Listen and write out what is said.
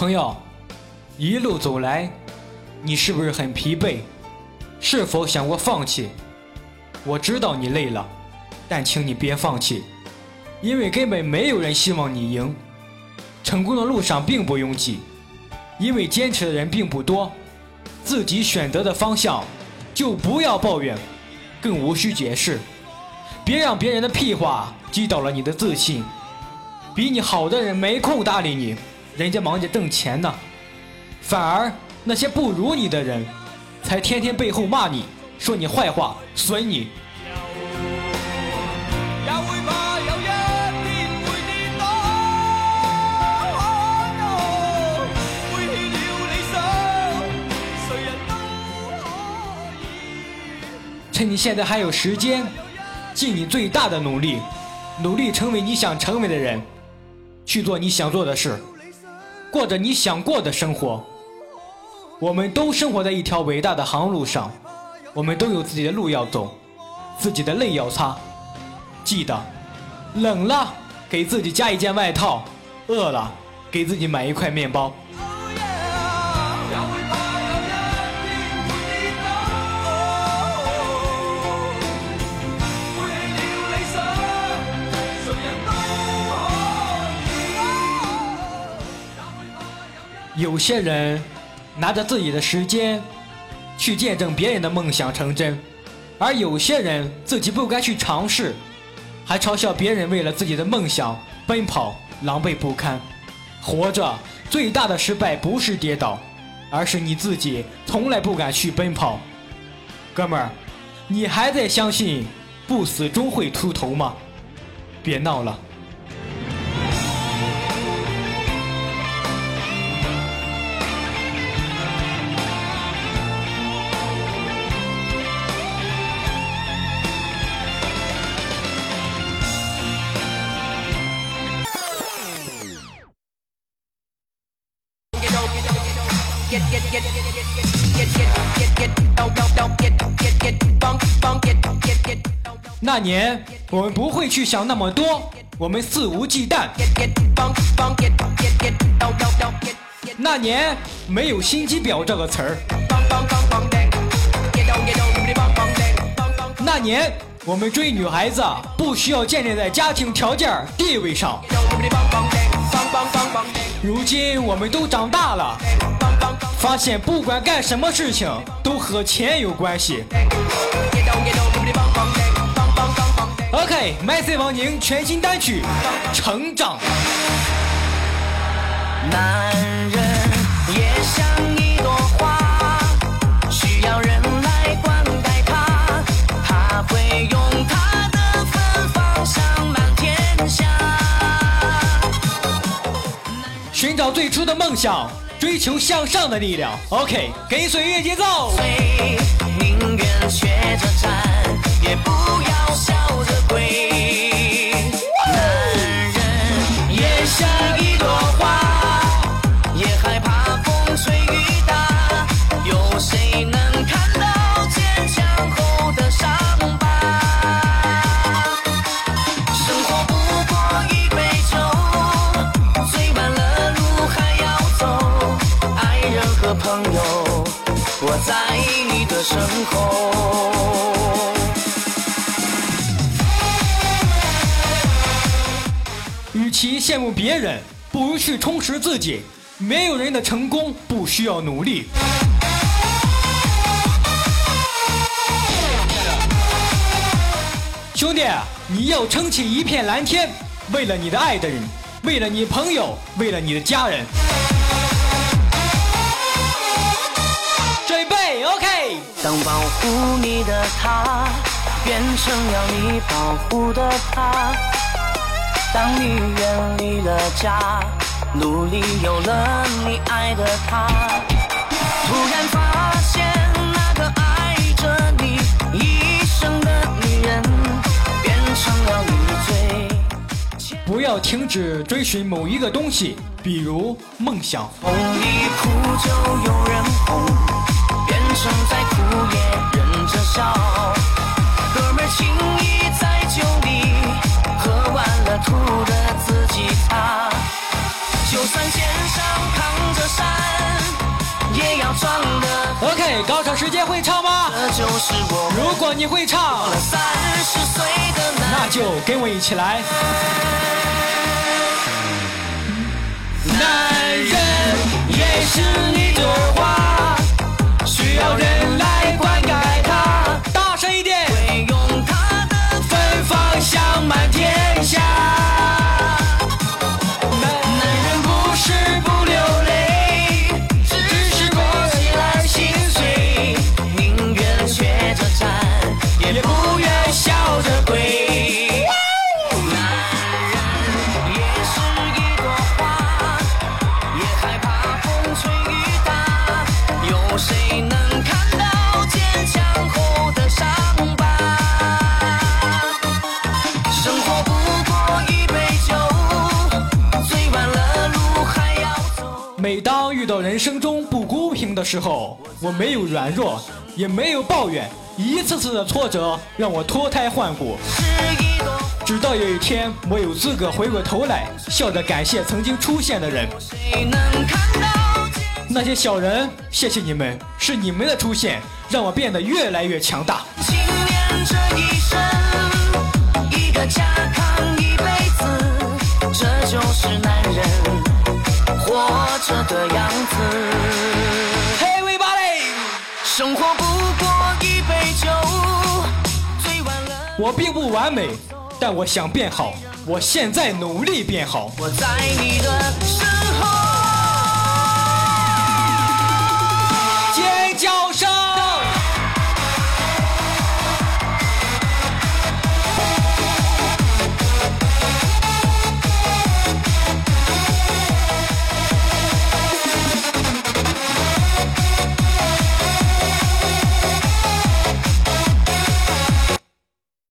朋友，一路走来，你是不是很疲惫？是否想过放弃？我知道你累了，但请你别放弃，因为根本没有人希望你赢。成功的路上并不拥挤，因为坚持的人并不多。自己选择的方向，就不要抱怨，更无需解释。别让别人的屁话击倒了你的自信。比你好的人没空搭理你，人家忙着挣钱呢。反而那些不如你的人，才天天背后骂你，说你坏话，损你。趁你现在还有时间，尽你最大的努力，努力成为你想成为的人，去做你想做的事，过着你想过的生活。我们都生活在一条伟大的航路上，我们都有自己的路要走，自己的泪要擦。记得，冷了给自己加一件外套，饿了给自己买一块面包。有些人拿着自己的时间去见证别人的梦想成真，而有些人自己不该去尝试，还嘲笑别人为了自己的梦想奔跑，狼狈不堪。活着最大的失败不是跌倒，而是你自己从来不敢去奔跑。哥们儿，你还在相信不死终会秃头吗？别闹了。那年我们不会去想那么多，我们肆无忌惮。那年没有心机婊这个词儿。那年我们追女孩子不需要建立在家庭条件地位上。如今我们都长大了，发现不管干什么事情都和钱有关系。OK， MyC 王宁全新单曲《成长》。 男人也像一朵花，需要人来灌溉它，它会用它的芬芳香满天下。 寻找最初的梦想，追求向上的力量。OK， 跟随乐节奏。 宁愿学着站，也不要笑着跪。男人也像一朵花，也害怕风吹雨打。有谁能看到坚强后的伤疤？生活不过一杯酒，醉完了路还要走。爱人和朋友，我在你的身后。 与其羡慕别人，不如去充实自己。没有人的成功不需要努力。兄弟，你要撑起一片蓝天，为了你的爱的人，为了你朋友，为了你的家人。准备 OK。 当保护你的他变成要你保护的他，当你远离了家，努力有了你爱的他，突然发现那个爱着你一生的女人变成了你最。 不要停止追寻某一个东西，比如梦想。 风一哭就有人哄，变成再哭也忍着笑。哥们情谊在酒里，喝完了吐的自己擦。就算肩上扛着要装的。 OK， 高潮时间会唱吗？ 这就是我。 如果你会唱 30岁的男人， 那就跟我一起来。 男人也是一朵花，需要人来灌溉它， 大声一点。 会用它的芬芳香满天下。男人不是不流泪，只是过起来心碎，宁愿学着站，也不愿笑着跪。谁能看到坚强后的伤疤？生活不过一杯酒，醉完了路还要走。 每当遇到人生中不公平的时候，我没有软弱，也没有抱怨，一次次的挫折让我脱胎换骨。直到有一天，我有资格回过头来，笑着感谢曾经出现的人。 谁能看到那些小人，谢谢你们，是你们的出现让我变得越来越强大。 青年这一生，一个家扛一辈子，这就是男人活着的样子。 Hey everybody， 生活不过一杯酒，醉完了。 我并不完美，但我想变好，我现在努力变好。 我在你的